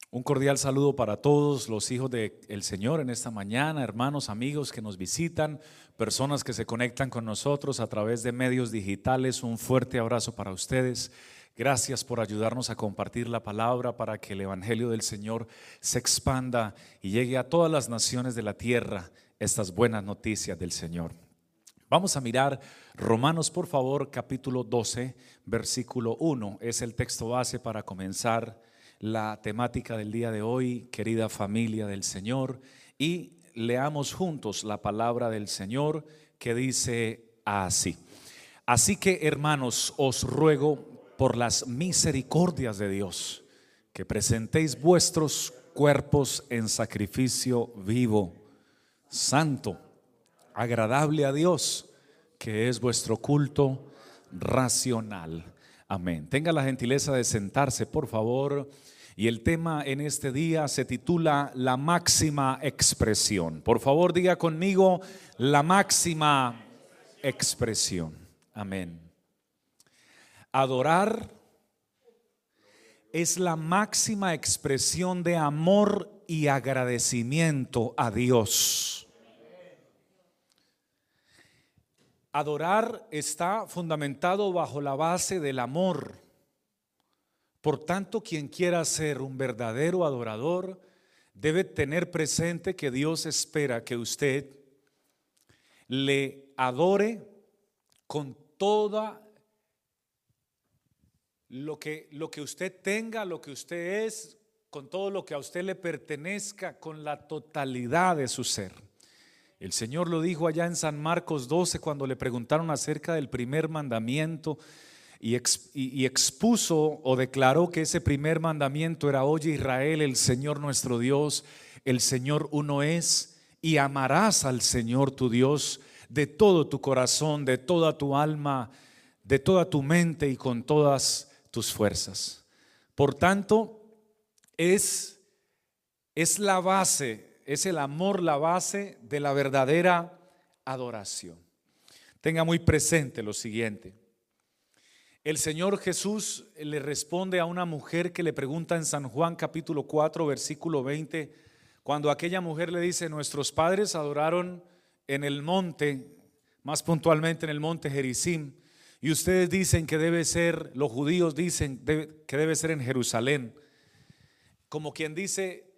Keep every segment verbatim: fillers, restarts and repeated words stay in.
Un cordial saludo para todos los hijos del Señor en esta mañana, hermanos, amigos que nos visitan, personas que se conectan con nosotros a través de medios digitales. Un fuerte abrazo para ustedes. Gracias por ayudarnos a compartir la palabra para que el evangelio del Señor se expanda y llegue a todas las naciones de la tierra estas buenas noticias del Señor. Vamos a mirar Romanos, por favor, capítulo doce, versículo uno. Es el texto base para comenzar la temática del día de hoy, querida familia del Señor, y leamos juntos la palabra del Señor que dice así: así que, hermanos, os ruego por las misericordias de Dios que presentéis vuestros cuerpos en sacrificio vivo, santo, agradable a Dios, que es vuestro culto racional. Amén. Tenga la gentileza de sentarse, por favor. Y el tema en este día se titula La máxima expresión. Por favor, diga conmigo: la máxima expresión. Amén. Adorar es la máxima expresión de amor y agradecimiento a Dios. Adorar está fundamentado bajo la base del amor. Por tanto, quien quiera ser un verdadero adorador debe tener presente que Dios espera que usted le adore con toda lo que, lo que usted tenga, lo que usted es, con todo lo que a usted le pertenezca, con la totalidad de su ser. El Señor lo dijo allá en San Marcos doce cuando le preguntaron acerca del primer mandamiento. Y, ex, y, y expuso o declaró que ese primer mandamiento era: oye Israel, el Señor nuestro Dios, el Señor uno es, y amarás al Señor tu Dios de todo tu corazón, de toda tu alma, de toda tu mente y con todas tus fuerzas. Por tanto, es, es la base, es el amor la base de la verdadera adoración. Tenga muy presente lo siguiente: el Señor Jesús le responde a una mujer que le pregunta en San Juan capítulo cuatro versículo veinte, cuando aquella mujer le dice: nuestros padres adoraron en el monte, más puntualmente en el monte Gerizim, y ustedes dicen que debe ser, los judíos dicen debe, que debe ser en Jerusalén. Como quien dice: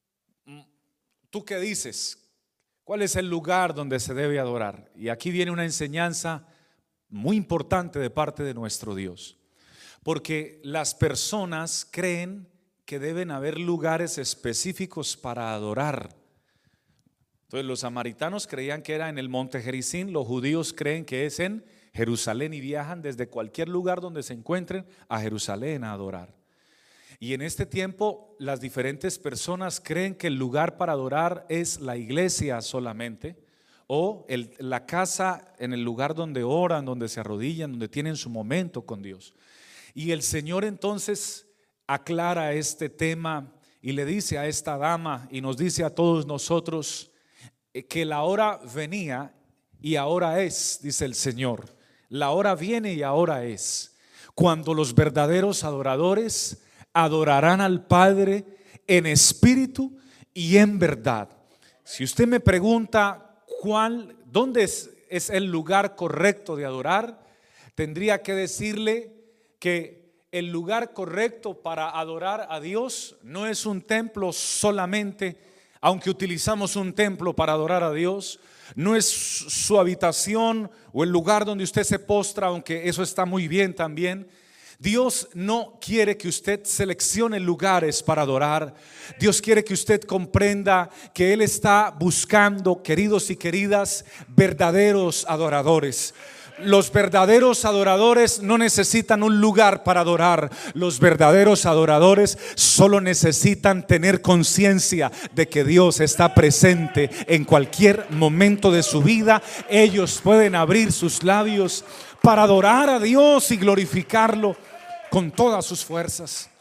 ¿tú qué dices? ¿Cuál es el lugar donde se debe adorar? Y aquí viene una enseñanza muy importante de parte de nuestro Dios, porque las personas creen que deben haber lugares específicos para adorar. Entonces los samaritanos creían que era en el monte Gerizim, los judíos creen que es en Jerusalén y viajan desde cualquier lugar donde se encuentren a Jerusalén a adorar. Y en este tiempo las diferentes personas creen que el lugar para adorar es la iglesia solamente, o el, la casa, en el lugar donde oran, donde se arrodillan, donde tienen su momento con Dios. Y el Señor entonces aclara este tema y le dice a esta dama y nos dice a todos nosotros que la hora venía y ahora es, dice el Señor. La hora viene y ahora es, cuando los verdaderos adoradores adorarán al Padre en espíritu y en verdad. Si usted me pregunta ¿cuál, dónde es, es el lugar correcto de adorar?, tendría que decirle que el lugar correcto para adorar a Dios no es un templo solamente, aunque utilizamos un templo para adorar a Dios. No es su habitación o el lugar donde usted se postra, aunque eso está muy bien también. Dios no quiere que usted seleccione lugares para adorar. Dios quiere que usted comprenda que Él está buscando, queridos y queridas, verdaderos adoradores. Los verdaderos adoradores no necesitan un lugar para adorar. Los verdaderos adoradores solo necesitan tener conciencia de que Dios está presente en cualquier momento de su vida. Ellos pueden abrir sus labios para adorar a Dios y glorificarlo con todas sus fuerzas.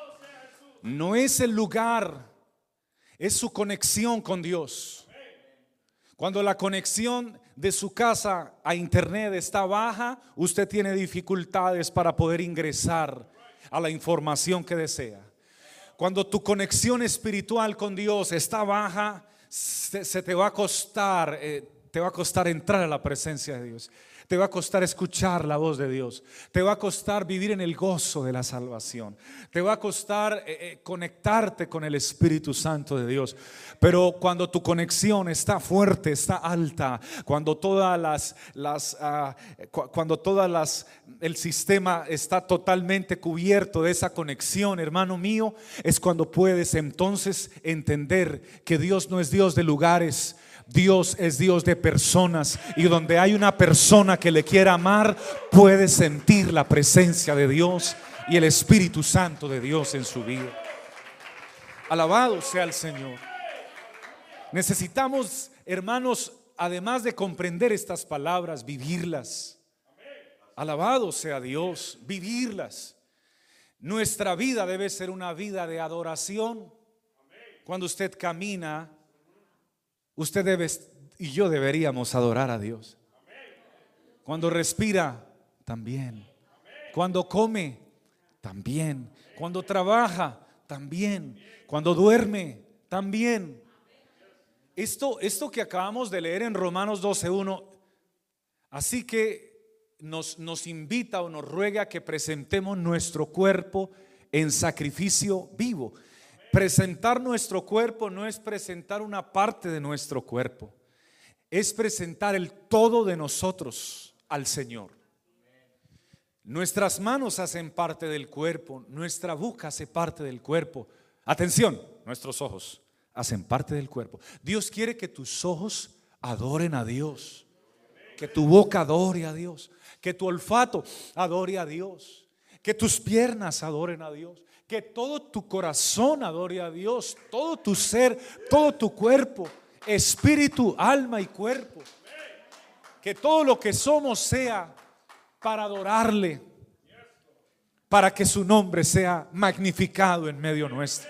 No es el lugar, es su conexión con Dios. Cuando la conexión de su casa a internet está baja, usted tiene dificultades para poder ingresar a la información que desea. Cuando tu conexión espiritual con Dios está baja, se, se te va a costar, eh, te va a costar entrar a la presencia de Dios. Te va a costar escuchar la voz de Dios. Te va a costar vivir en el gozo de la salvación. Te va a costar eh, eh, conectarte con el Espíritu Santo de Dios. Pero cuando tu conexión está fuerte, está alta, cuando todas las, las uh, cu cuando todas las el sistema está totalmente cubierto de esa conexión, hermano mío, es cuando puedes entonces entender que Dios no es Dios de lugares. Dios es Dios de personas, y donde hay una persona que le quiera amar, puede sentir la presencia de Dios y el Espíritu Santo de Dios en su vida. Alabado sea el Señor. Necesitamos, hermanos, además de comprender estas palabras, vivirlas. Alabado sea Dios, vivirlas. Nuestra vida debe ser una vida de adoración. Cuando usted camina, usted debe y yo deberíamos adorar a Dios. Cuando respira, también. Cuando come, también. Cuando trabaja, también. Cuando duerme, también. Esto, esto que acabamos de leer en Romanos doce uno, así que nos, nos invita o nos ruega que presentemos nuestro cuerpo en sacrificio vivo. Presentar nuestro cuerpo no es presentar una parte de nuestro cuerpo, es presentar el todo de nosotros al Señor. Nuestras manos hacen parte del cuerpo, nuestra boca hace parte del cuerpo. Atención, nuestros ojos hacen parte del cuerpo. Dios quiere que tus ojos adoren a Dios, que tu boca adore a Dios, que tu olfato adore a Dios, que tus piernas adoren a Dios, que todo tu corazón adore a Dios, todo tu ser, todo tu cuerpo, espíritu, alma y cuerpo. Que todo lo que somos sea para adorarle, para que su nombre sea magnificado en medio nuestro.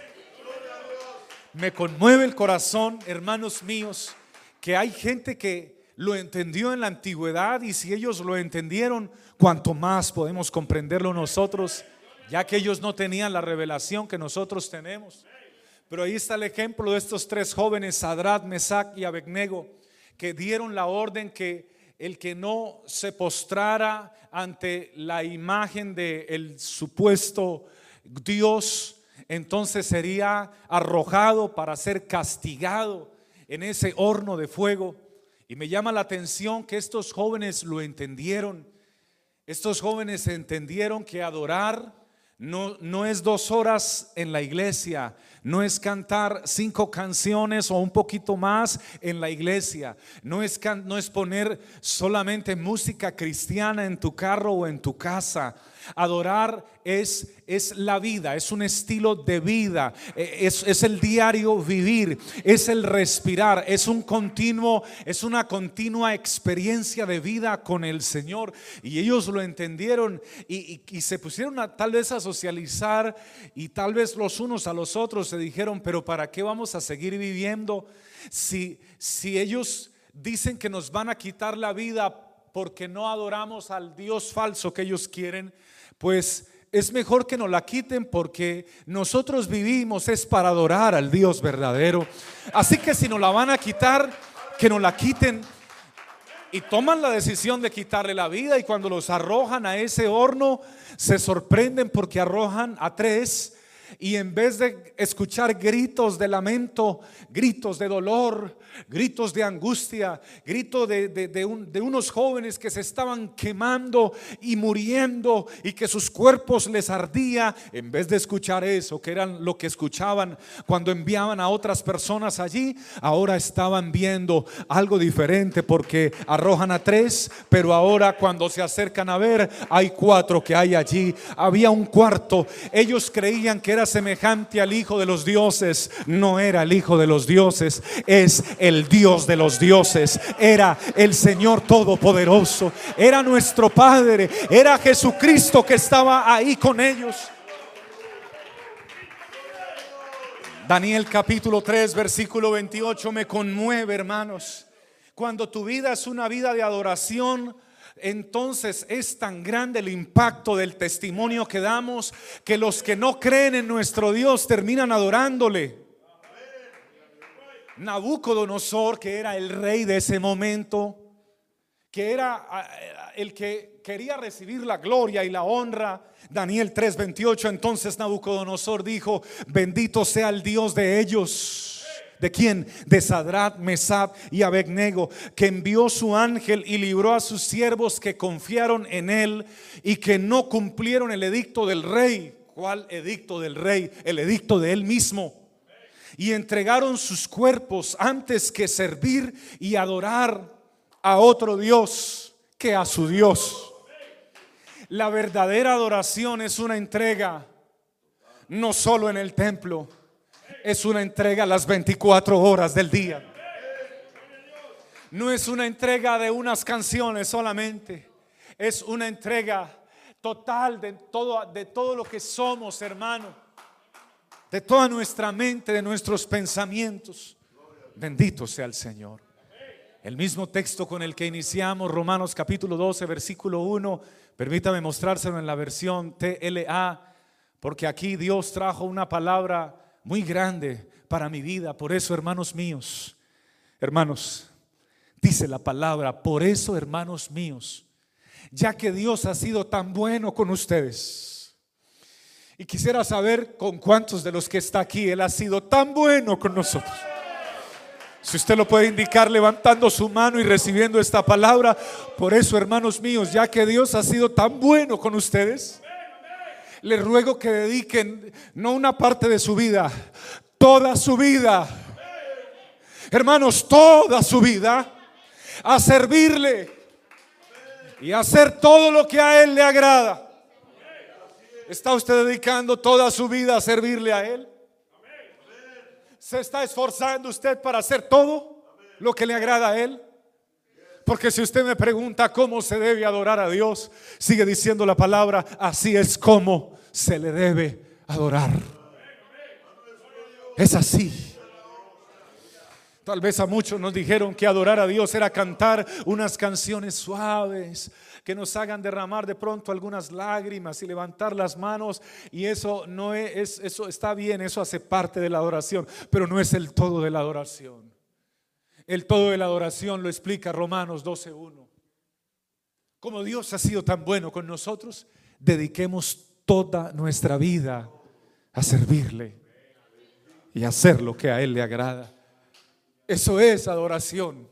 Me conmueve el corazón, hermanos míos, que hay gente que lo entendió en la antigüedad, y si ellos lo entendieron, cuanto más podemos comprenderlo nosotros, ya que ellos no tenían la revelación que nosotros tenemos. Pero ahí está el ejemplo de estos tres jóvenes, Sadrach, Mesach y Abednego, que dieron la orden que el que no se postrara ante la imagen del supuesto Dios, entonces sería arrojado para ser castigado en ese horno de fuego. Y me llama la atención que estos jóvenes lo entendieron. Estos jóvenes entendieron que adorar No, no es dos horas en la iglesia, no es cantar cinco canciones o un poquito más en la iglesia, no es, can, no es poner solamente música cristiana en tu carro o en tu casa. Adorar es, es la vida, es un estilo de vida, es, es el diario vivir, es el respirar, es un continuo, es una continua experiencia de vida con el Señor. Y ellos lo entendieron y, y, y se pusieron a, tal vez a socializar, y tal vez los unos a los otros se dijeron: pero ¿para qué vamos a seguir viviendo si, si ellos dicen que nos van a quitar la vida porque no adoramos al Dios falso que ellos quieren? Pues es mejor que nos la quiten, porque nosotros vivimos es para adorar al Dios verdadero. Así que si nos la van a quitar, que nos la quiten. Y toman la decisión de quitarle la vida, y cuando los arrojan a ese horno se sorprenden porque arrojan a tres, y en vez de escuchar gritos de lamento, gritos de dolor, gritos de angustia, gritos de, de, de, un, de unos jóvenes que se estaban quemando y muriendo y que sus cuerpos les ardía, en vez de escuchar eso, que eran lo que escuchaban cuando enviaban a otras personas allí, ahora estaban viendo algo diferente, porque arrojan a tres, pero ahora cuando se acercan a ver, hay cuatro que hay allí. Había un cuarto. Ellos creían que era semejante al Hijo de los dioses. No era el Hijo de los dioses, es el Dios de los dioses. Era el Señor Todopoderoso, era nuestro Padre, era Jesucristo que estaba ahí con ellos. Daniel capítulo tres versículo veintiocho me conmueve, hermanos. Cuando tu vida es una vida de adoración, entonces es tan grande el impacto del testimonio que damos que los que no creen en nuestro Dios terminan adorándole. Nabucodonosor, que era el rey de ese momento, que era el que quería recibir la gloria y la honra, Daniel tres veintiocho, entonces Nabucodonosor dijo: bendito sea el Dios de ellos. ¿De quién? De Sadrach, Mesach y Abednego, que envió su ángel y libró a sus siervos que confiaron en él y que no cumplieron el edicto del rey. ¿Cuál edicto del rey? El edicto de él mismo. Y entregaron sus cuerpos antes que servir y adorar a otro Dios que a su Dios. La verdadera adoración es una entrega, no solo en el templo, es una entrega las veinticuatro horas del día. No es una entrega de unas canciones solamente, es una entrega total de todo, de todo lo que somos, hermano, de toda nuestra mente, de nuestros pensamientos. Bendito sea el Señor. El mismo texto con el que iniciamos, Romanos capítulo doce versículo uno, permítame mostrárselo en la versión T L A, porque aquí Dios trajo una palabra muy grande para mi vida. Por eso, hermanos míos, hermanos, dice la palabra, por eso, hermanos míos, ya que Dios ha sido tan bueno con ustedes. Y quisiera saber con cuántos de los que está aquí Él ha sido tan bueno con nosotros. Si usted lo puede indicar levantando su mano y recibiendo esta palabra. Por eso, hermanos míos, ya que Dios ha sido tan bueno con ustedes, les ruego que dediquen no una parte de su vida, toda su vida, hermanos, toda su vida a servirle y a hacer todo lo que a Él le agrada. ¿Está usted dedicando toda su vida a servirle a Él? ¿Se está esforzando usted para hacer todo lo que le agrada a Él? Porque si usted me pregunta cómo se debe adorar a Dios, sigue diciendo la palabra, así es como se le debe adorar. Es así. Tal vez a muchos nos dijeron que adorar a Dios era cantar unas canciones suaves que nos hagan derramar de pronto algunas lágrimas y levantar las manos, y eso no es, eso está bien, eso hace parte de la adoración, pero no es el todo de la adoración. El todo de la adoración lo explica Romanos doce uno. Como Dios ha sido tan bueno con nosotros, dediquemos toda nuestra vida a servirle y a hacer lo que a Él le agrada. Eso es adoración.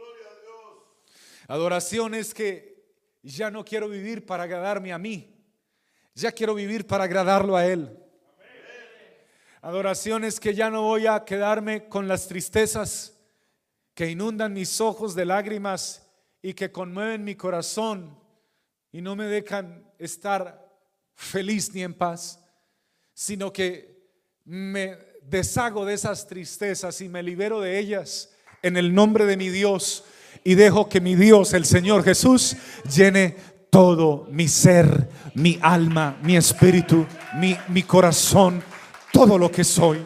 Adoración es que ya no quiero vivir para agradarme a mí, ya quiero vivir para agradarlo a Él. Adoración es que ya no voy a quedarme con las tristezas que inundan mis ojos de lágrimas y que conmueven mi corazón y no me dejan estar feliz ni en paz, sino que me deshago de esas tristezas y me libero de ellas en el nombre de mi Dios, y dejo que mi Dios, el Señor Jesús, llene todo mi ser, mi alma, mi espíritu, mi, mi corazón, todo lo que soy.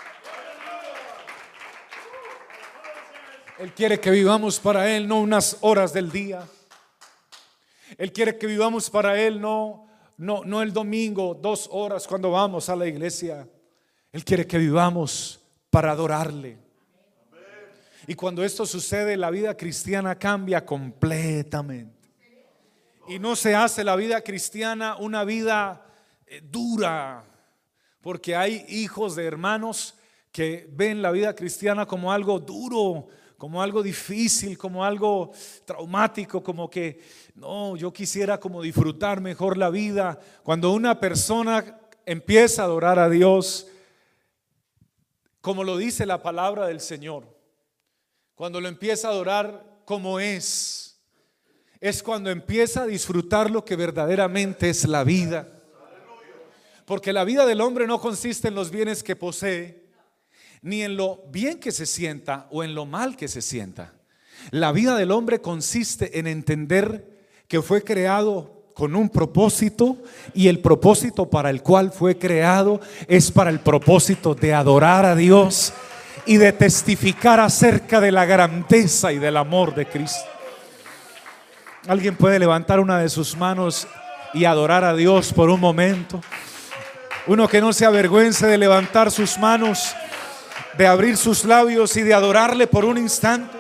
Él quiere que vivamos para Él, no unas horas del día. Él quiere que vivamos para Él, no, no, no el domingo, dos horas cuando vamos a la iglesia. Él quiere que vivamos para adorarle. Y cuando esto sucede, la vida cristiana cambia completamente. Y no se hace la vida cristiana una vida eh, dura, porque hay hijos de hermanos que ven la vida cristiana como algo duro, como algo difícil, como algo traumático, como que no, yo quisiera como disfrutar mejor la vida. Cuando una persona empieza a adorar a Dios, como lo dice la palabra del Señor, cuando lo empieza a adorar como es, es cuando empieza a disfrutar lo que verdaderamente es la vida. Porque la vida del hombre no consiste en los bienes que posee, ni en lo bien que se sienta o en lo mal que se sienta. La vida del hombre consiste en entender que fue creado con un propósito, y el propósito para el cual fue creado es para el propósito de adorar a Dios y de testificar acerca de la grandeza y del amor de Cristo. Alguien puede levantar una de sus manos y adorar a Dios por un momento. Uno que no se avergüence de levantar sus manos, de abrir sus labios y de adorarle por un instante.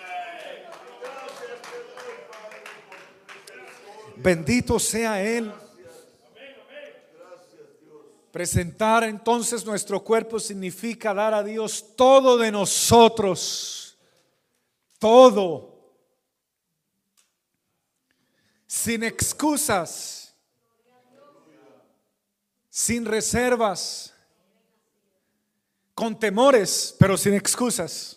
Bendito sea Él. Presentar entonces nuestro cuerpo significa dar a Dios todo de nosotros, todo, sin excusas, sin reservas, con temores, pero sin excusas.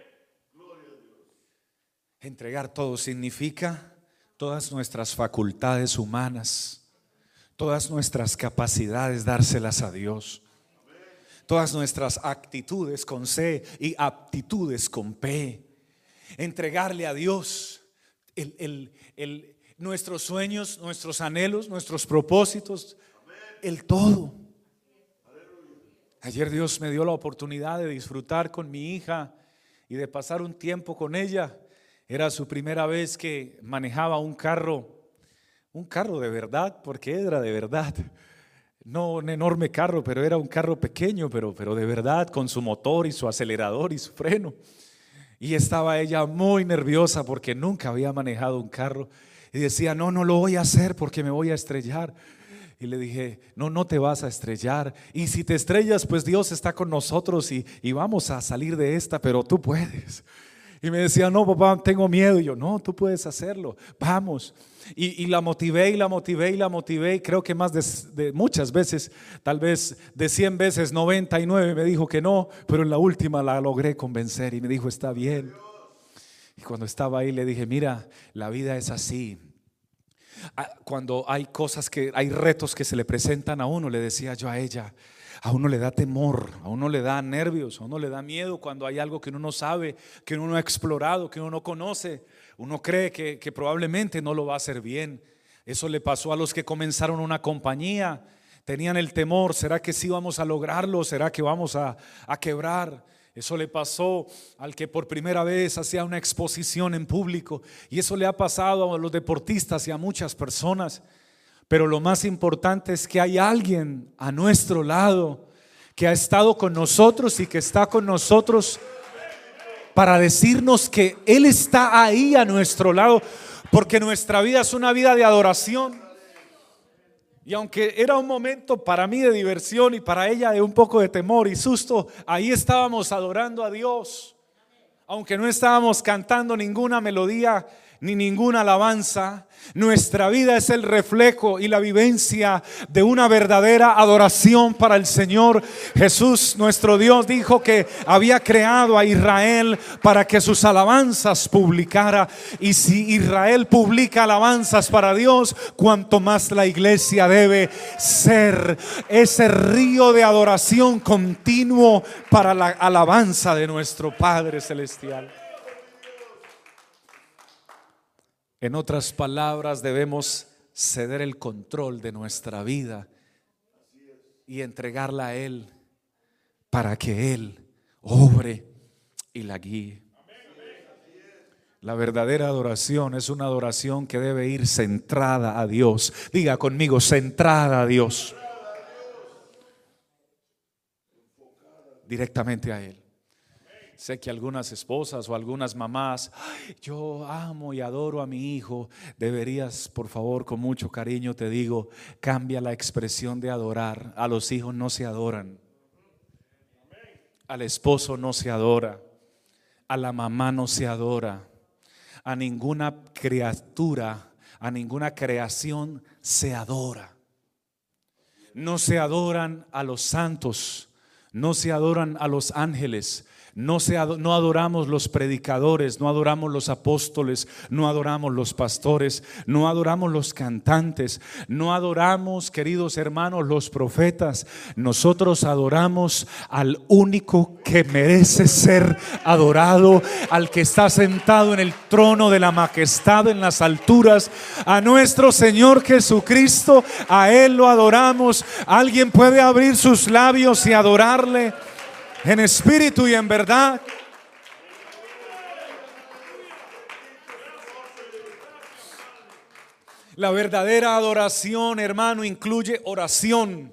Entregar todo significa todas nuestras facultades humanas, todas nuestras capacidades, dárselas a Dios. Todas nuestras actitudes con C y aptitudes con P. Entregarle a Dios el, el, el, nuestros sueños, nuestros anhelos, nuestros propósitos, el todo. Ayer Dios me dio la oportunidad de disfrutar con mi hija y de pasar un tiempo con ella. Era su primera vez que manejaba un carro. Un carro de verdad, porque era de verdad. No un enorme carro, pero era un carro pequeño, pero, pero de verdad, con su motor y su acelerador y su freno. Y estaba ella muy nerviosa porque nunca había manejado un carro. Y decía, no, no lo voy a hacer porque me voy a estrellar. Y le dije, no, no te vas a estrellar. Y si te estrellas, pues Dios está con nosotros y, y vamos a salir de esta, pero tú puedes. Y me decía, no, papá, tengo miedo. Y yo, no, tú puedes hacerlo, vamos. Y, y la motivé y la motivé y la motivé. Y creo que más de, de muchas veces, tal vez de cien veces, noventa y nueve me dijo que no, pero en la última la logré convencer y me dijo, está bien. Y cuando estaba ahí le dije, mira, la vida es así. Cuando hay cosas que, hay retos que se le presentan a uno, le decía yo a ella, a uno le da temor, a uno le da nervios, a uno le da miedo cuando hay algo que uno no sabe, que uno no ha explorado, que uno no conoce. Uno cree que, que probablemente no lo va a hacer bien. Eso le pasó a los que comenzaron una compañía. Tenían el temor, ¿será que sí vamos a lograrlo? ¿Será que vamos a, a quebrar? Eso le pasó al que por primera vez hacía una exposición en público. Y eso le ha pasado a los deportistas y a muchas personas. Pero lo más importante es que hay alguien a nuestro lado que ha estado con nosotros y que está con nosotros para decirnos que Él está ahí a nuestro lado, porque nuestra vida es una vida de adoración. Y aunque era un momento para mí de diversión y para ella de un poco de temor y susto, ahí estábamos adorando a Dios. Aunque no estábamos cantando ninguna melodía ni ninguna alabanza, nuestra vida es el reflejo y la vivencia de una verdadera adoración para el Señor. Jesús, nuestro Dios, dijo que había creado a Israel para que sus alabanzas publicara. Y si Israel publica alabanzas para Dios, cuanto más la iglesia debe ser ese río de adoración continuo para la alabanza de nuestro Padre Celestial. En otras palabras, debemos ceder el control de nuestra vida y entregarla a Él para que Él obre y la guíe. La verdadera adoración es una adoración que debe ir centrada a Dios. Diga conmigo, centrada a Dios. Directamente a Él. Sé que algunas esposas o algunas mamás, ay, yo amo y adoro a mi hijo. Deberías, por favor, con mucho cariño te digo, cambia la expresión de adorar. A los hijos no se adoran, al esposo no se adora, a la mamá no se adora, a ninguna criatura, a ninguna creación se adora. No se adoran a los santos, no se adoran a los ángeles. No, se, no adoramos los predicadores, no adoramos los apóstoles, no adoramos los pastores, no adoramos los cantantes, no adoramos, queridos hermanos, los profetas. Nosotros adoramos al único que merece ser adorado, al que está sentado en el trono de la majestad en las alturas, a nuestro Señor Jesucristo. A Él lo adoramos. ¿Alguien puede abrir sus labios y adorarle en espíritu y en verdad? La verdadera adoración, hermano, incluye oración.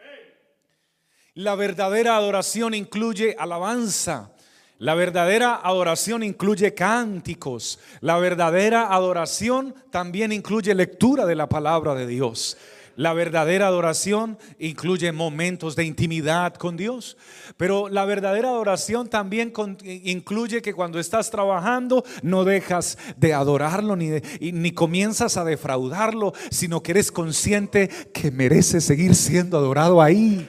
La verdadera adoración incluye alabanza. La verdadera adoración incluye cánticos. La verdadera adoración también incluye lectura de la palabra de Dios. La verdadera adoración incluye momentos de intimidad con Dios. Pero la verdadera adoración también con, incluye que cuando estás trabajando no dejas de adorarlo ni, de, ni comienzas a defraudarlo, sino que eres consciente que mereces seguir siendo adorado ahí.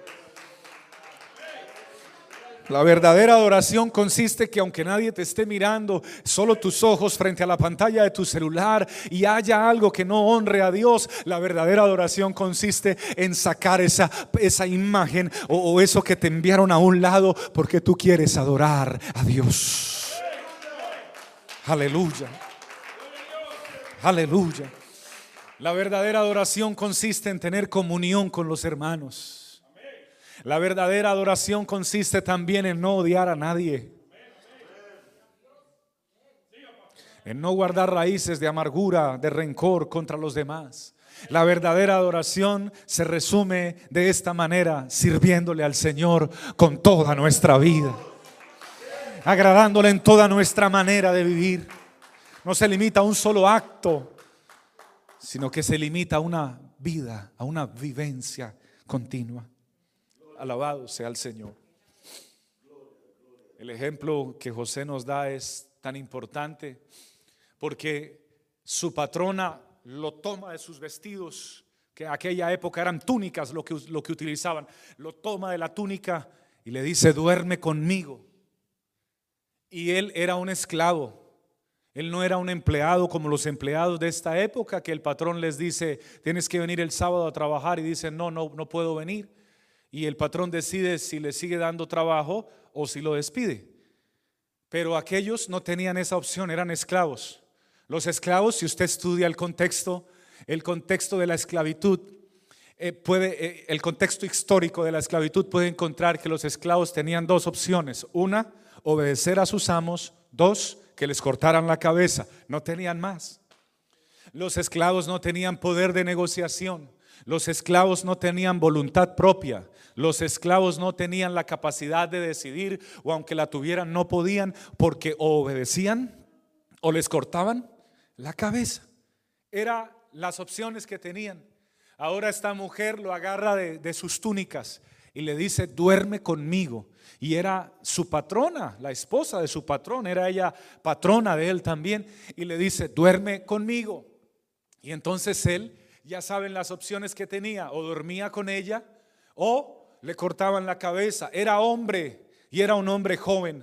La verdadera adoración consiste que aunque nadie te esté mirando, solo tus ojos frente a la pantalla de tu celular y haya algo que no honre a Dios, la verdadera adoración consiste en sacar esa, esa imagen o, o eso que te enviaron a un lado porque tú quieres adorar a Dios. Aleluya. Aleluya. La verdadera adoración consiste en tener comunión con los hermanos. La verdadera adoración consiste también en no odiar a nadie, en no guardar raíces de amargura, de rencor contra los demás. La verdadera adoración se resume de esta manera: sirviéndole al Señor con toda nuestra vida, agradándole en toda nuestra manera de vivir. No se limita a un solo acto, sino que se limita a una vida, a una vivencia continua. Alabado sea el Señor. El ejemplo que José nos da es tan importante porque su patrona lo toma de sus vestidos, que en aquella época eran túnicas lo que, lo que utilizaban. Lo toma de la túnica y le dice: duerme conmigo. Y él era un esclavo. Él no era un empleado como los empleados de esta época, que el patrón les dice: tienes que venir el sábado a trabajar, y dicen: no, no, no puedo venir. Y el patrón decide si le sigue dando trabajo o si lo despide. Pero aquellos no tenían esa opción, eran esclavos. Los esclavos, si usted estudia el contexto, el contexto de la esclavitud, eh, puede, eh, el contexto histórico de la esclavitud, puede encontrar que los esclavos tenían dos opciones: una, obedecer a sus amos; dos, que les cortaran la cabeza. No tenían más. Los esclavos no tenían poder de negociación. Los esclavos no tenían voluntad propia. Los esclavos no tenían la capacidad de decidir, o aunque la tuvieran no podían, porque o obedecían o les cortaban la cabeza. Eran las opciones que tenían. Ahora esta mujer lo agarra de, de sus túnicas y le dice: duerme conmigo. Y era su patrona, la esposa de su patrón, era ella patrona de él también, y le dice: duerme conmigo. Y entonces él, ya saben las opciones que tenía: o dormía con ella o le cortaban la cabeza. Era hombre y era un hombre joven.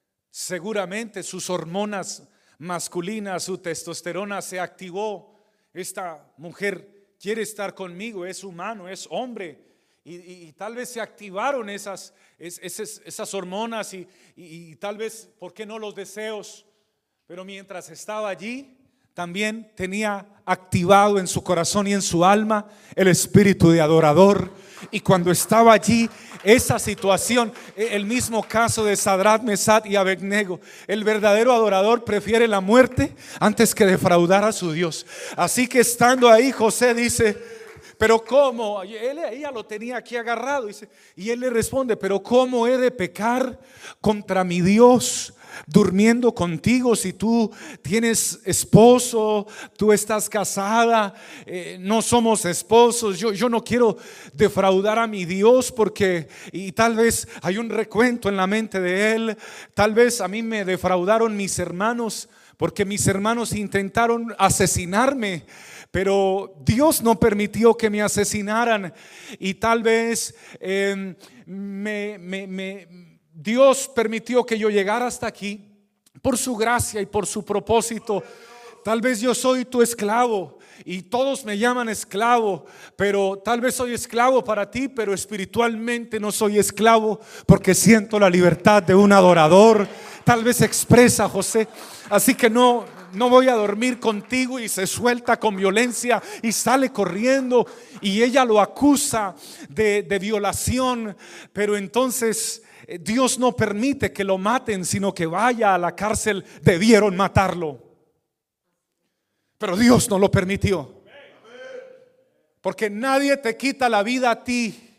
Seguramente sus hormonas masculinas, su testosterona se activó. Esta mujer quiere estar conmigo, es humano, es hombre. Y, y, y tal vez se activaron esas, es, esas, esas hormonas y, y, y tal vez, ¿por qué no los deseos? Pero mientras estaba allí, también tenía activado en su corazón y en su alma el espíritu de adorador. Y cuando estaba allí, esa situación, el mismo caso de Sadrach, Mesach y Abednego, el verdadero adorador prefiere la muerte antes que defraudar a su Dios. Así que estando ahí, José dice: pero ¿cómo? Él, ella lo tenía aquí agarrado, dice, y él le responde: pero ¿cómo he de pecar contra mi Dios durmiendo contigo si tú tienes esposo, tú estás casada, eh, no somos esposos? Yo, yo no quiero defraudar a mi Dios porque, y tal vez hay un recuento en la mente de él, tal vez a mí me defraudaron mis hermanos porque mis hermanos intentaron asesinarme, pero Dios no permitió que me asesinaran. Y tal vez eh, me, me, me, Dios permitió que yo llegara hasta aquí por su gracia y por su propósito. Tal vez yo soy tu esclavo y todos me llaman esclavo, pero tal vez soy esclavo para ti, pero espiritualmente no soy esclavo, porque siento la libertad de un adorador. Tal vez expresa José: así que no, no voy a dormir contigo, y se suelta con violencia y sale corriendo, y ella lo acusa de, de violación. Pero entonces Dios no permite que lo maten, sino que vaya a la cárcel. Debieron matarlo, Pero Dios no lo permitió. Porque nadie te quita la vida a ti.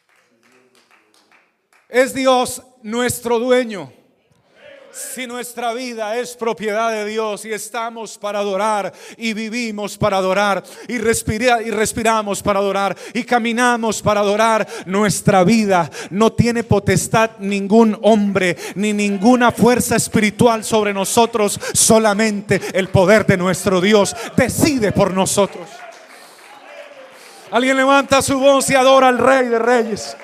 Es Dios nuestro dueño. Si nuestra vida es propiedad de Dios y estamos para adorar y vivimos para adorar y, respira, y respiramos para adorar y caminamos para adorar, nuestra vida no tiene potestad ningún hombre ni ninguna fuerza espiritual sobre nosotros. Solamente el poder de nuestro Dios decide por nosotros. Alguien levanta su voz y adora al Rey de Reyes.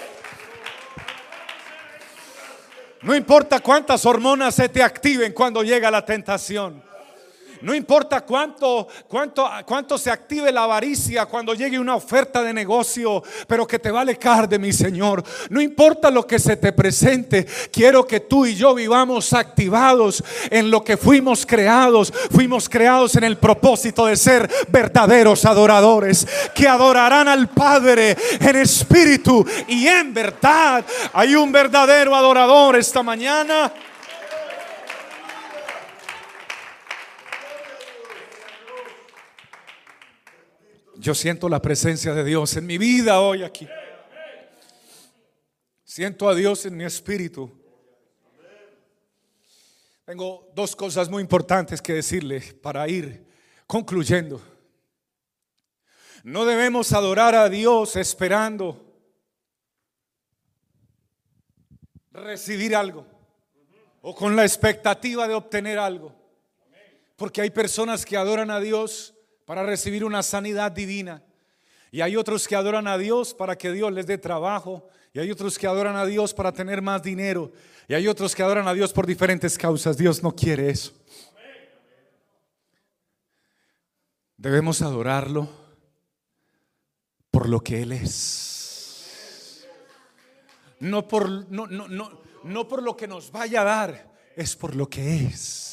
No importa cuántas hormonas se te activen cuando llega la tentación. No importa cuánto, cuánto, cuánto se active la avaricia cuando llegue una oferta de negocio, pero que te vale car de mi Señor. No importa lo que se te presente. Quiero que tú y yo vivamos activados en lo que fuimos creados. Fuimos creados en el propósito de ser verdaderos adoradores, que adorarán al Padre en espíritu y en verdad. Hay un verdadero adorador esta mañana. Yo siento la presencia de Dios en mi vida hoy aquí. Siento a Dios en mi espíritu. Tengo dos cosas muy importantes que decirle para ir concluyendo. No debemos adorar a Dios esperando recibir algo o con la expectativa de obtener algo. Porque hay personas que adoran a Dios para recibir una sanidad divina, y hay otros que adoran a Dios para que Dios les dé trabajo, y hay otros que adoran a Dios para tener más dinero, y hay otros que adoran a Dios por diferentes causas. Dios no quiere eso. Debemos adorarlo por lo que Él es, no por, no, no, no, no por lo que nos vaya a dar, es por lo que es.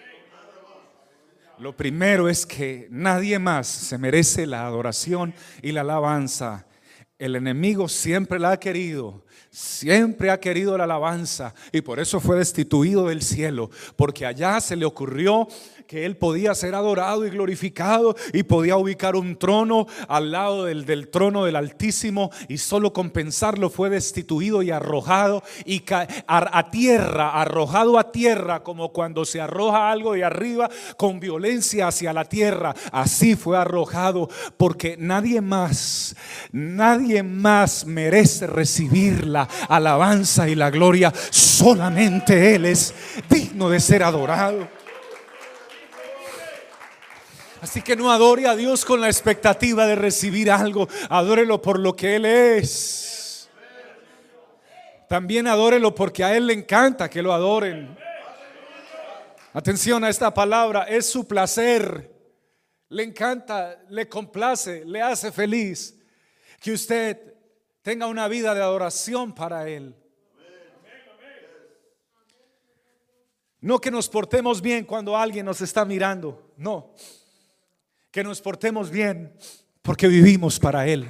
Lo primero es que nadie más se merece la adoración y la alabanza. El enemigo siempre la ha querido, siempre ha querido la alabanza, y por eso fue destituido del cielo, porque allá se le ocurrió que él podía ser adorado y glorificado y podía ubicar un trono al lado del, del trono del Altísimo, y solo con pensarlo fue destituido y arrojado y ca- a, a tierra, arrojado a tierra, como cuando se arroja algo de arriba con violencia hacia la tierra. Así fue arrojado, porque nadie más, nadie más merece recibir la alabanza y la gloria. Solamente Él es digno de ser adorado. Así que no adore a Dios con la expectativa de recibir algo. Adórelo por lo que Él es. También adórelo porque a Él le encanta que lo adoren. Atención a esta palabra: es su placer. Le encanta, le complace, le hace feliz que usted tenga una vida de adoración para Él. No que nos portemos bien cuando alguien nos está mirando. No. Que nos portemos bien porque vivimos para Él.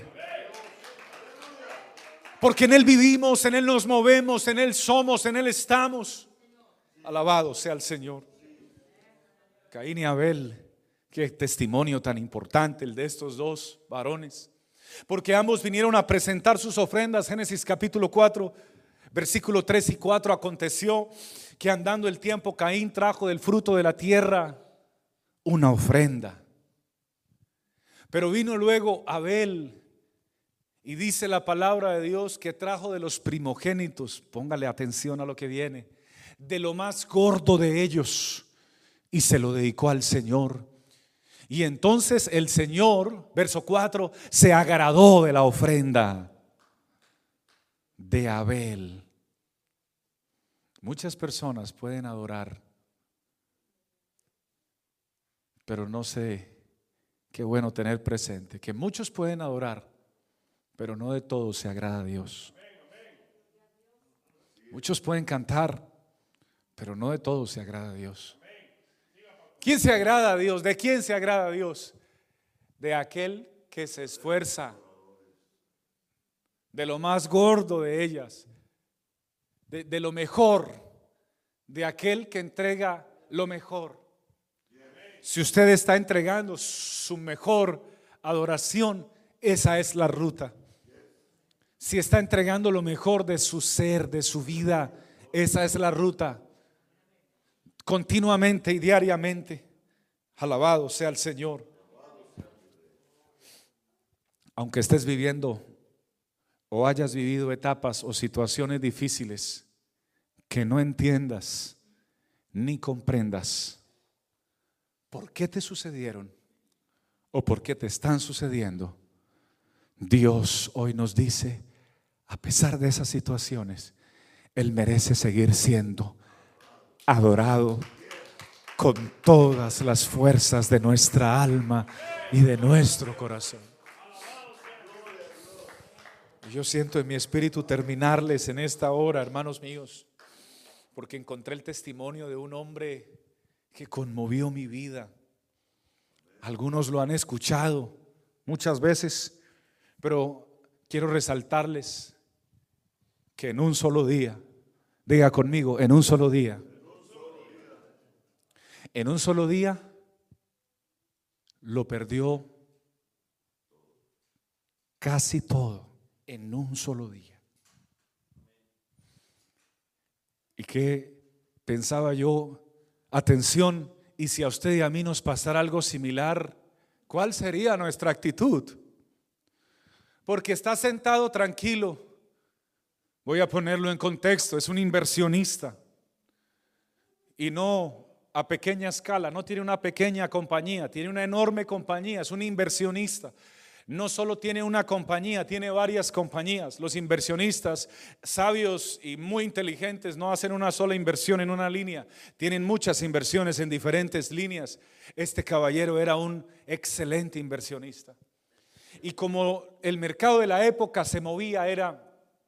Porque en Él vivimos, en Él nos movemos, en Él somos, en Él estamos. Alabado sea el Señor. Caín y Abel, qué testimonio tan importante el de estos dos varones. Porque ambos vinieron a presentar sus ofrendas. Génesis capítulo cuatro, versículo tres y cuatro. Aconteció que andando el tiempo, Caín trajo del fruto de la tierra una ofrenda. Pero vino luego Abel, y dice la palabra de Dios que trajo de los primogénitos, póngale atención a lo que viene, de lo más gordo de ellos, y se lo dedicó al Señor. Y entonces el Señor, verso cuatro, se agradó de la ofrenda de Abel. Muchas personas pueden adorar, pero no sé. Qué bueno tener presente que muchos pueden adorar, pero no de todos se agrada a Dios. Muchos pueden cantar, pero no de todos se agrada a Dios. ¿Quién se agrada a Dios? ¿De quién se agrada a Dios? De aquel que se esfuerza, de lo más gordo de ellas, de, de lo mejor, de aquel que entrega lo mejor. Si usted está entregando su mejor adoración, esa es la ruta. Si está entregando lo mejor de su ser, de su vida, esa es la ruta. Continuamente y diariamente. Alabado sea el Señor. Aunque estés viviendo o hayas vivido etapas o situaciones difíciles que no entiendas ni comprendas por qué te sucedieron o por qué te están sucediendo, Dios hoy nos dice, a pesar de esas situaciones, Él merece seguir siendo adorado con todas las fuerzas de nuestra alma y de nuestro corazón. Yo siento en mi espíritu terminarles en esta hora, hermanos míos, porque encontré el testimonio de un hombre que conmovió mi vida. Algunos lo han escuchado muchas veces, pero quiero resaltarles que en un solo día, diga conmigo, en un solo día, en un solo día lo perdió casi todo, en un solo día. ¿Y qué pensaba yo? Atención, y si a usted y a mí nos pasara algo similar, ¿cuál sería nuestra actitud? Porque está sentado tranquilo. Voy a ponerlo en contexto, es un inversionista y no a pequeña escala, no tiene una pequeña compañía, tiene una enorme compañía, es un inversionista. No solo tiene una compañía, tiene varias compañías. Los inversionistas sabios y muy inteligentes no hacen una sola inversión en una línea, tienen muchas inversiones en diferentes líneas. Este caballero era un excelente inversionista. Y como el mercado de la época se movía, era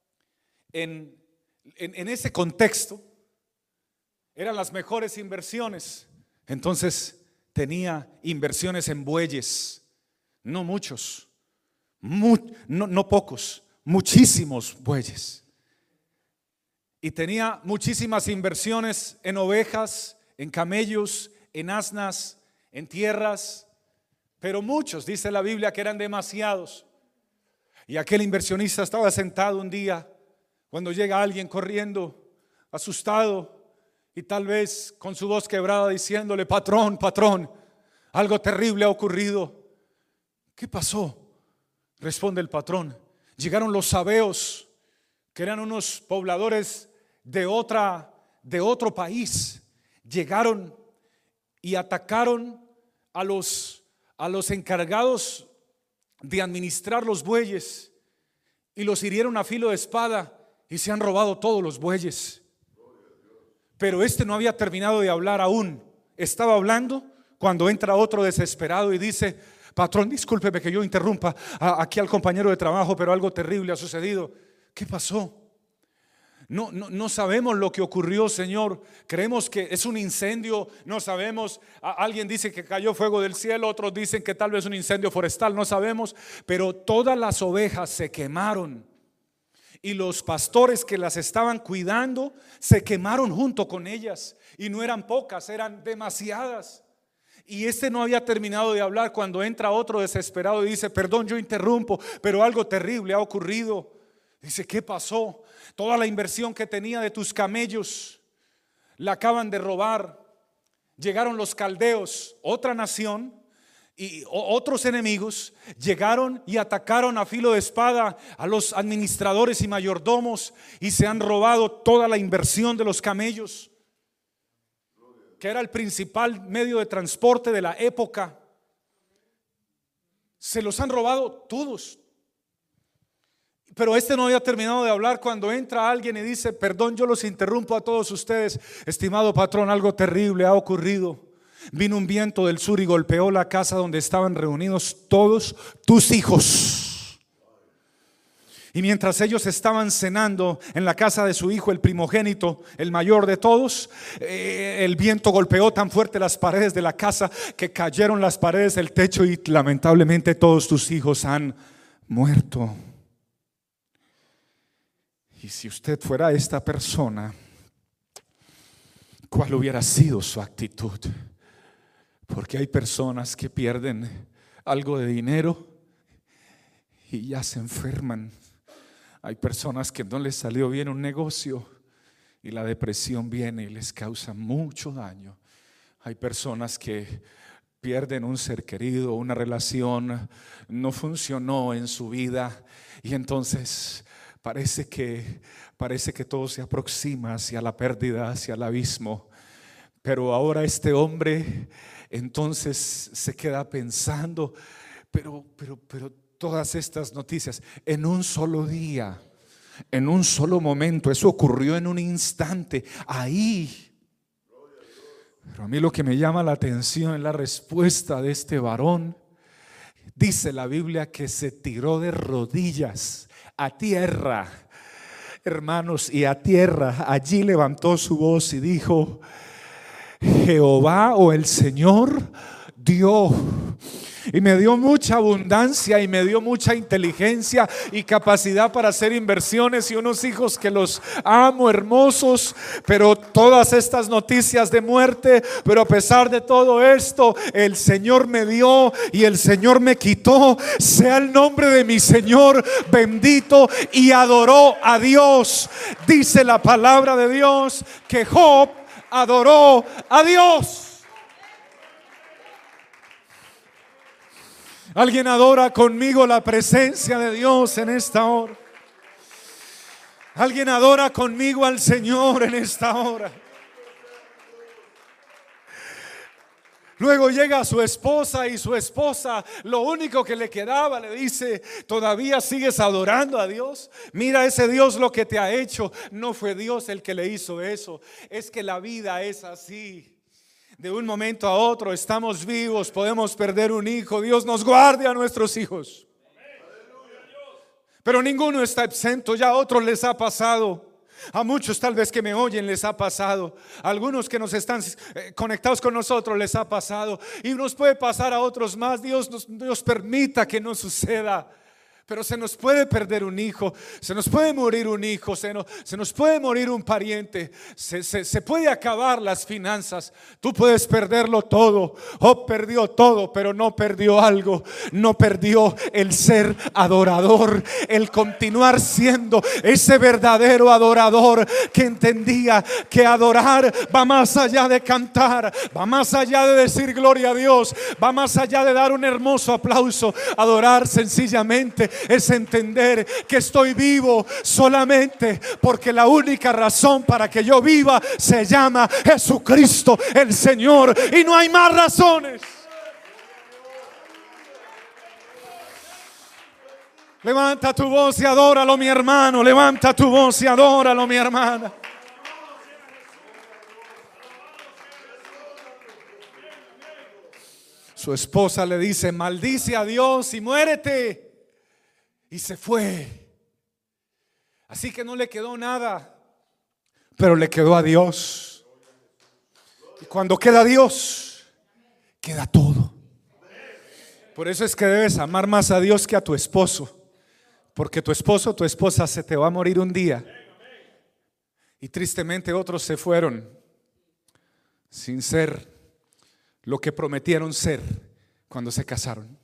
en, en, en ese contexto, eran las mejores inversiones. Entonces tenía inversiones en bueyes. No muchos, mu, no, no pocos, muchísimos bueyes. Y tenía muchísimas inversiones en ovejas, en camellos, en asnas, en tierras. Pero muchos, dice la Biblia, que eran demasiados. Y aquel inversionista estaba sentado un día cuando llega alguien corriendo, asustado y tal vez con su voz quebrada diciéndole: patrón, patrón, algo terrible ha ocurrido. ¿Qué pasó? Responde el patrón: llegaron los sabeos, que eran unos pobladores de otra, de otro país. Llegaron y atacaron a los, a los encargados de administrar los bueyes y los hirieron a filo de espada y se han robado todos los bueyes. Pero este no había terminado de hablar aún. Estaba hablando cuando entra otro desesperado y dice: patrón, discúlpeme que yo interrumpa aquí al compañero de trabajo, pero algo terrible ha sucedido. ¿Qué pasó? No, no, no sabemos lo que ocurrió, Señor. Creemos que es un incendio, no sabemos. Alguien dice que cayó fuego del cielo, otros dicen que tal vez un incendio forestal, no sabemos. Pero todas las ovejas se quemaron y los pastores que las estaban cuidando se quemaron junto con ellas. Y no eran pocas, eran demasiadas. Y este no había terminado de hablar cuando entra otro desesperado y dice: perdón, yo interrumpo, pero algo terrible ha ocurrido. Dice: ¿qué pasó? Toda la inversión que tenía de tus camellos la acaban de robar. Llegaron los caldeos, otra nación, y otros enemigos llegaron y atacaron a filo de espada a los administradores y mayordomos y se han robado toda la inversión de los camellos, que era el principal medio de transporte de la época. Se los han robado todos. Pero este no había terminado de hablar cuando entra alguien y dice: perdón, yo los interrumpo a todos ustedes, estimado patrón, algo terrible ha ocurrido. Vino un viento del sur y golpeó la casa donde estaban reunidos todos tus hijos. Y mientras ellos estaban cenando en la casa de su hijo, el primogénito, el mayor de todos, eh, el viento golpeó tan fuerte las paredes de la casa que cayeron las paredes del techo y lamentablemente todos tus hijos han muerto. Y si usted fuera esta persona, ¿cuál hubiera sido su actitud? Porque Porque hay personas que pierden algo de dinero y ya se enferman. Hay personas que no les salió bien un negocio y la depresión viene y les causa mucho daño. Hay personas que pierden un ser querido, una relación no funcionó en su vida y entonces parece que, parece que todo se aproxima hacia la pérdida, hacia el abismo. Pero ahora este hombre entonces se queda pensando, pero, pero, pero todas estas noticias en un solo día, en un solo momento, eso ocurrió en un instante, ahí. Pero a mí lo que me llama la atención es la respuesta de este varón. Dice la Biblia que se tiró de rodillas a tierra, hermanos, y a tierra allí levantó su voz y dijo: Jehová o el Señor dio. Y me dio mucha abundancia y me dio mucha inteligencia y capacidad para hacer inversiones y unos hijos que los amo, hermosos. Pero todas estas noticias de muerte, pero a pesar de todo esto, el Señor me dio y el Señor me quitó. Sea el nombre de mi Señor bendito. Y adoró a Dios. Dice la palabra de Dios que Job adoró a Dios. Alguien adora conmigo la presencia de Dios en esta hora. Alguien adora conmigo al Señor en esta hora. Luego llega su esposa y su esposa, lo único que le quedaba, le dice: ¿todavía sigues adorando a Dios? Mira, ese Dios lo que te ha hecho. No fue Dios el que le hizo eso. Es que la vida es así. De un momento a otro estamos vivos, podemos perder un hijo. Dios nos guarde a nuestros hijos. Pero ninguno está exento, ya a otros les ha pasado. A muchos tal vez que me oyen les ha pasado. A algunos que nos están conectados con nosotros les ha pasado. Y nos puede pasar a otros más. Dios nos, Dios permita que no suceda. Pero se nos puede perder un hijo, se nos puede morir un hijo, se nos, se nos puede morir un pariente, se, se, se puede acabar las finanzas. Tú puedes perderlo todo. Job perdió todo, pero no perdió algo. No perdió el ser adorador, el continuar siendo ese verdadero adorador que entendía que adorar va más allá de cantar, va más allá de decir gloria a Dios, va más allá de dar un hermoso aplauso. Adorar sencillamente es entender que estoy vivo solamente porque la única razón para que yo viva se llama Jesucristo el Señor, y no hay más razones. Levanta tu voz y adóralo, mi hermano. Levanta tu voz y adóralo, mi hermana. Su esposa le dice: maldice a Dios y muérete. Y se fue. Así que no le quedó nada, pero le quedó a Dios. Y cuando queda Dios, queda todo. Por eso es que debes amar más a Dios que a tu esposo. Porque tu esposo o tu esposa se te va a morir un día. Y tristemente otros se fueron sin ser lo que prometieron ser cuando se casaron.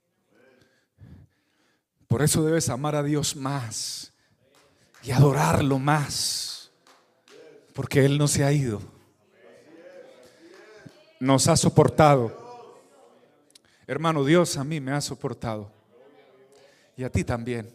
Por eso debes amar a Dios más y adorarlo más, porque Él no se ha ido, nos ha soportado. Hermano, Dios a mí me ha soportado y a ti también.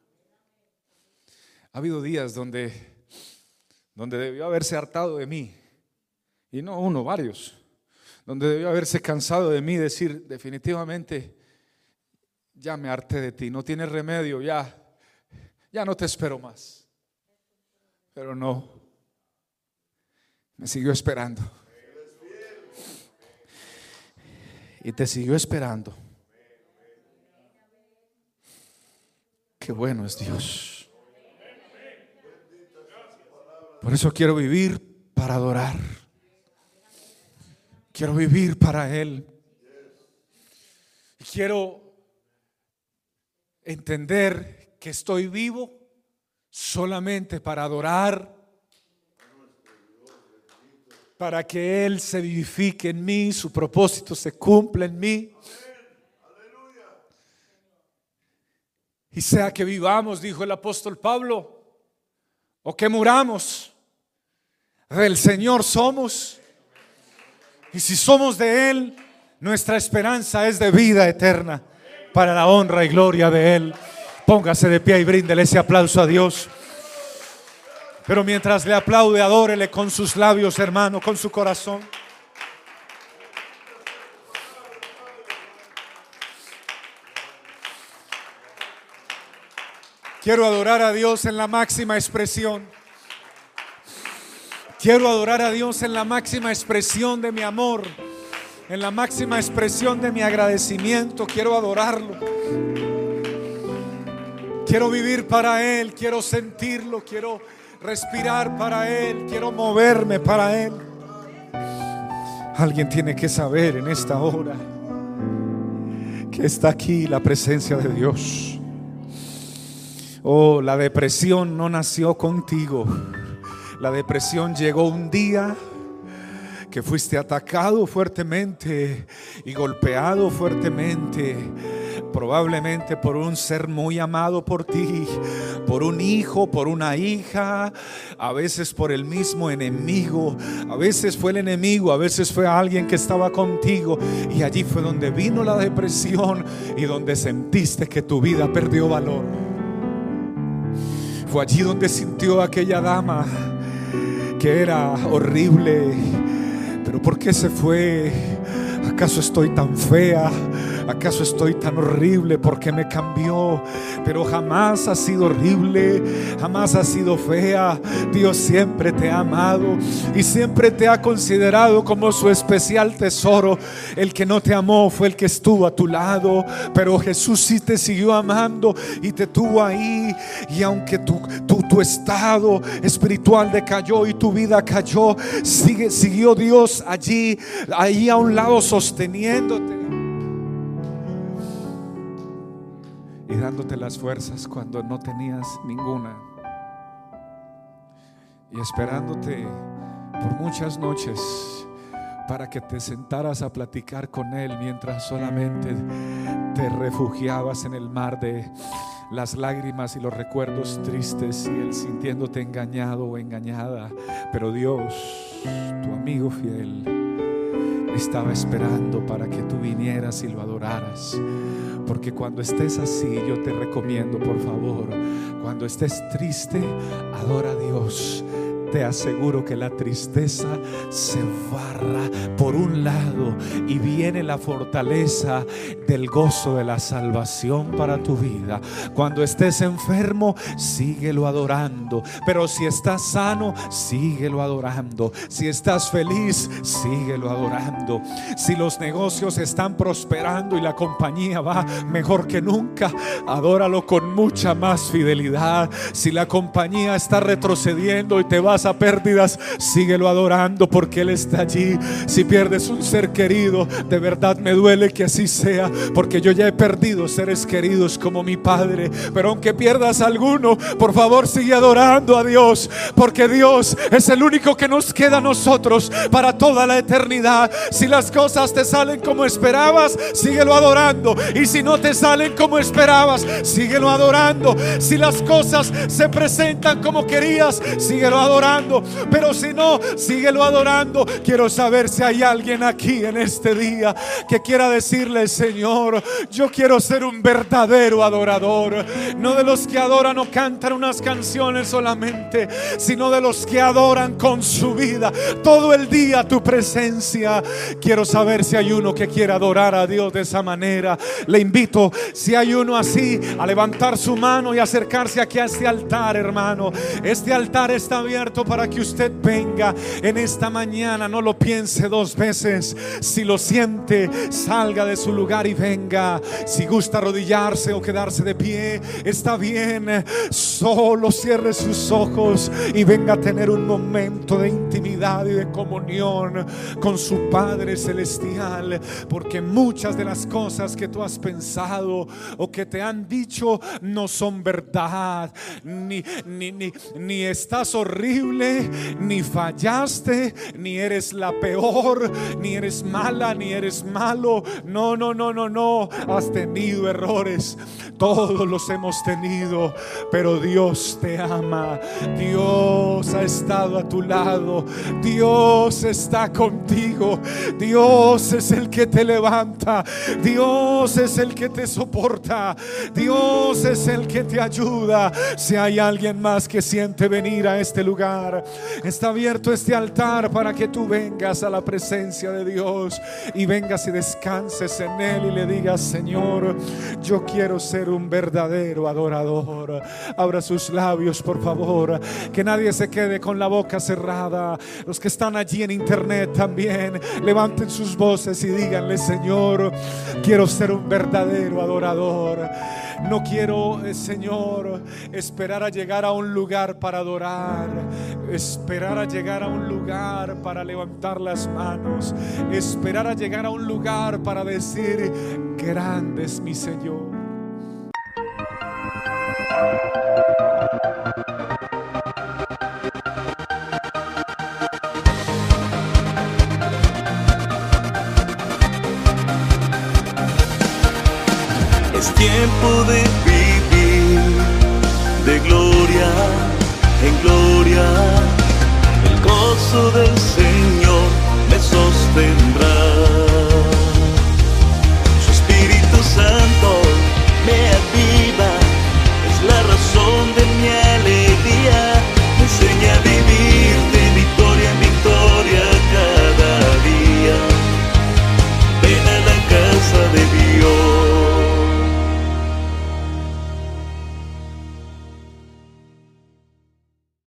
Ha habido días donde, donde debió haberse hartado de mí, y no uno, varios, donde debió haberse cansado de mí, decir definitivamente: ya me harté de ti, no tienes remedio, ya, ya no te espero más. Pero no, me siguió esperando. Y te siguió esperando. Qué bueno es Dios. Por eso quiero vivir para adorar. Quiero vivir para Él. Y quiero entender que estoy vivo solamente para adorar para que Él se vivifique en mí, su propósito se cumpla en mí. Y sea que vivamos, dijo el apóstol Pablo, o que muramos, del Señor somos. Y si somos de Él, nuestra esperanza es de vida eterna, para la honra y gloria de Él. Póngase de pie y bríndele ese aplauso a Dios. Pero mientras le aplaude, adórele con sus labios, hermano, con su corazón. Quiero adorar a Dios en la máxima expresión. Quiero adorar a Dios en la máxima expresión de mi amor, en la máxima expresión de mi agradecimiento. Quiero adorarlo. Quiero vivir para Él, quiero sentirlo, quiero respirar para Él, quiero moverme para Él. Alguien tiene que saber en esta hora que está aquí la presencia de Dios. Oh, la depresión no nació contigo. La depresión llegó un día que fuiste atacado fuertemente y golpeado fuertemente, probablemente por un ser muy amado por ti, por un hijo, por una hija, a veces por el mismo enemigo. A veces fue el enemigo, a veces fue alguien que estaba contigo, y allí fue donde vino la depresión y donde sentiste que tu vida perdió valor. Fue allí donde sintió aquella dama que era horrible. Pero ¿por qué se fue? ¿Acaso estoy tan fea? ¿Acaso estoy tan horrible? ¿Por qué me cambió? Pero jamás has sido horrible, jamás has sido fea. Dios siempre te ha amado y siempre te ha considerado como su especial tesoro. El que no te amó fue el que estuvo a tu lado, pero Jesús sí te siguió amando y te tuvo ahí. Y aunque tu, tu, tu estado espiritual decayó y tu vida cayó, sigue, siguió Dios allí, ahí a un lado sosteniéndote y dándote las fuerzas cuando no tenías ninguna, y esperándote por muchas noches para que te sentaras a platicar con Él, mientras solamente te refugiabas en el mar de las lágrimas y los recuerdos tristes, y Él sintiéndote engañado o engañada. Pero Dios, tu amigo fiel, estaba esperando para que tú vinieras y lo adoraras. Porque cuando estés así, yo te recomiendo, por favor, cuando estés triste, adora a Dios. Te aseguro que la tristeza se barra por un lado y viene la fortaleza del gozo de la salvación para tu vida. Cuando estés enfermo, síguelo adorando. Pero si estás sano, síguelo adorando. Si estás feliz, síguelo adorando. Si los negocios están prosperando y la compañía va mejor que nunca, adóralo con mucha más fidelidad. Si la compañía está retrocediendo y te vas a pérdidas, síguelo adorando, porque Él está allí. Si pierdes un ser querido, de verdad me duele que así sea, porque yo ya he perdido seres queridos como mi padre. Pero aunque pierdas alguno, por favor sigue adorando a Dios, porque Dios es el único que nos queda a nosotros para toda la eternidad. Si las cosas te salen como esperabas, síguelo adorando. Y si no te salen como esperabas, síguelo adorando. Si las cosas se presentan como querías, síguelo adorando. Pero si no, síguelo adorando. Quiero saber si hay alguien aquí en este día que quiera decirle: Señor, yo quiero ser un verdadero adorador. No de los que adoran o cantan unas canciones solamente, sino de los que adoran con su vida, todo el día tu presencia. Quiero saber si hay uno que quiera adorar a Dios de esa manera. Le invito, si hay uno así, a levantar su mano y acercarse aquí a este altar, hermano. Este altar está abierto para que usted venga en esta mañana. No lo piense dos veces. Si lo siente, salga de su lugar y venga. Si gusta arrodillarse o quedarse de pie, está bien. Solo cierre sus ojos y venga a tener un momento de intimidad y de comunión con su Padre Celestial. Porque muchas de las cosas que tú has pensado o que te han dicho no son verdad. Ni, ni, ni, ni estás horrible, infalible, ni fallaste, ni eres la peor, ni eres mala, ni eres malo. No, no, no, no, no. Has tenido errores. Todos los hemos tenido, pero Dios te ama. Dios ha estado a tu lado. Dios está contigo. Dios es el que te levanta. Dios es el que te soporta. Dios es el que te ayuda. Si hay alguien más que siente venir a este lugar, está abierto este altar para que tú vengas a la presencia de Dios y vengas y descanses en Él y le digas: Señor, yo quiero ser un verdadero adorador. Abra sus labios, por favor, que nadie se quede con la boca cerrada. Los que están allí en internet también, levanten sus voces y díganle: Señor, quiero ser un verdadero adorador. No quiero, eh, Señor, esperar a llegar a un lugar para adorar, esperar a llegar a un lugar para levantar las manos, esperar a llegar a un lugar para decir: grande es mi Señor. Es tiempo de vivir de gloria en gloria, el gozo del Señor.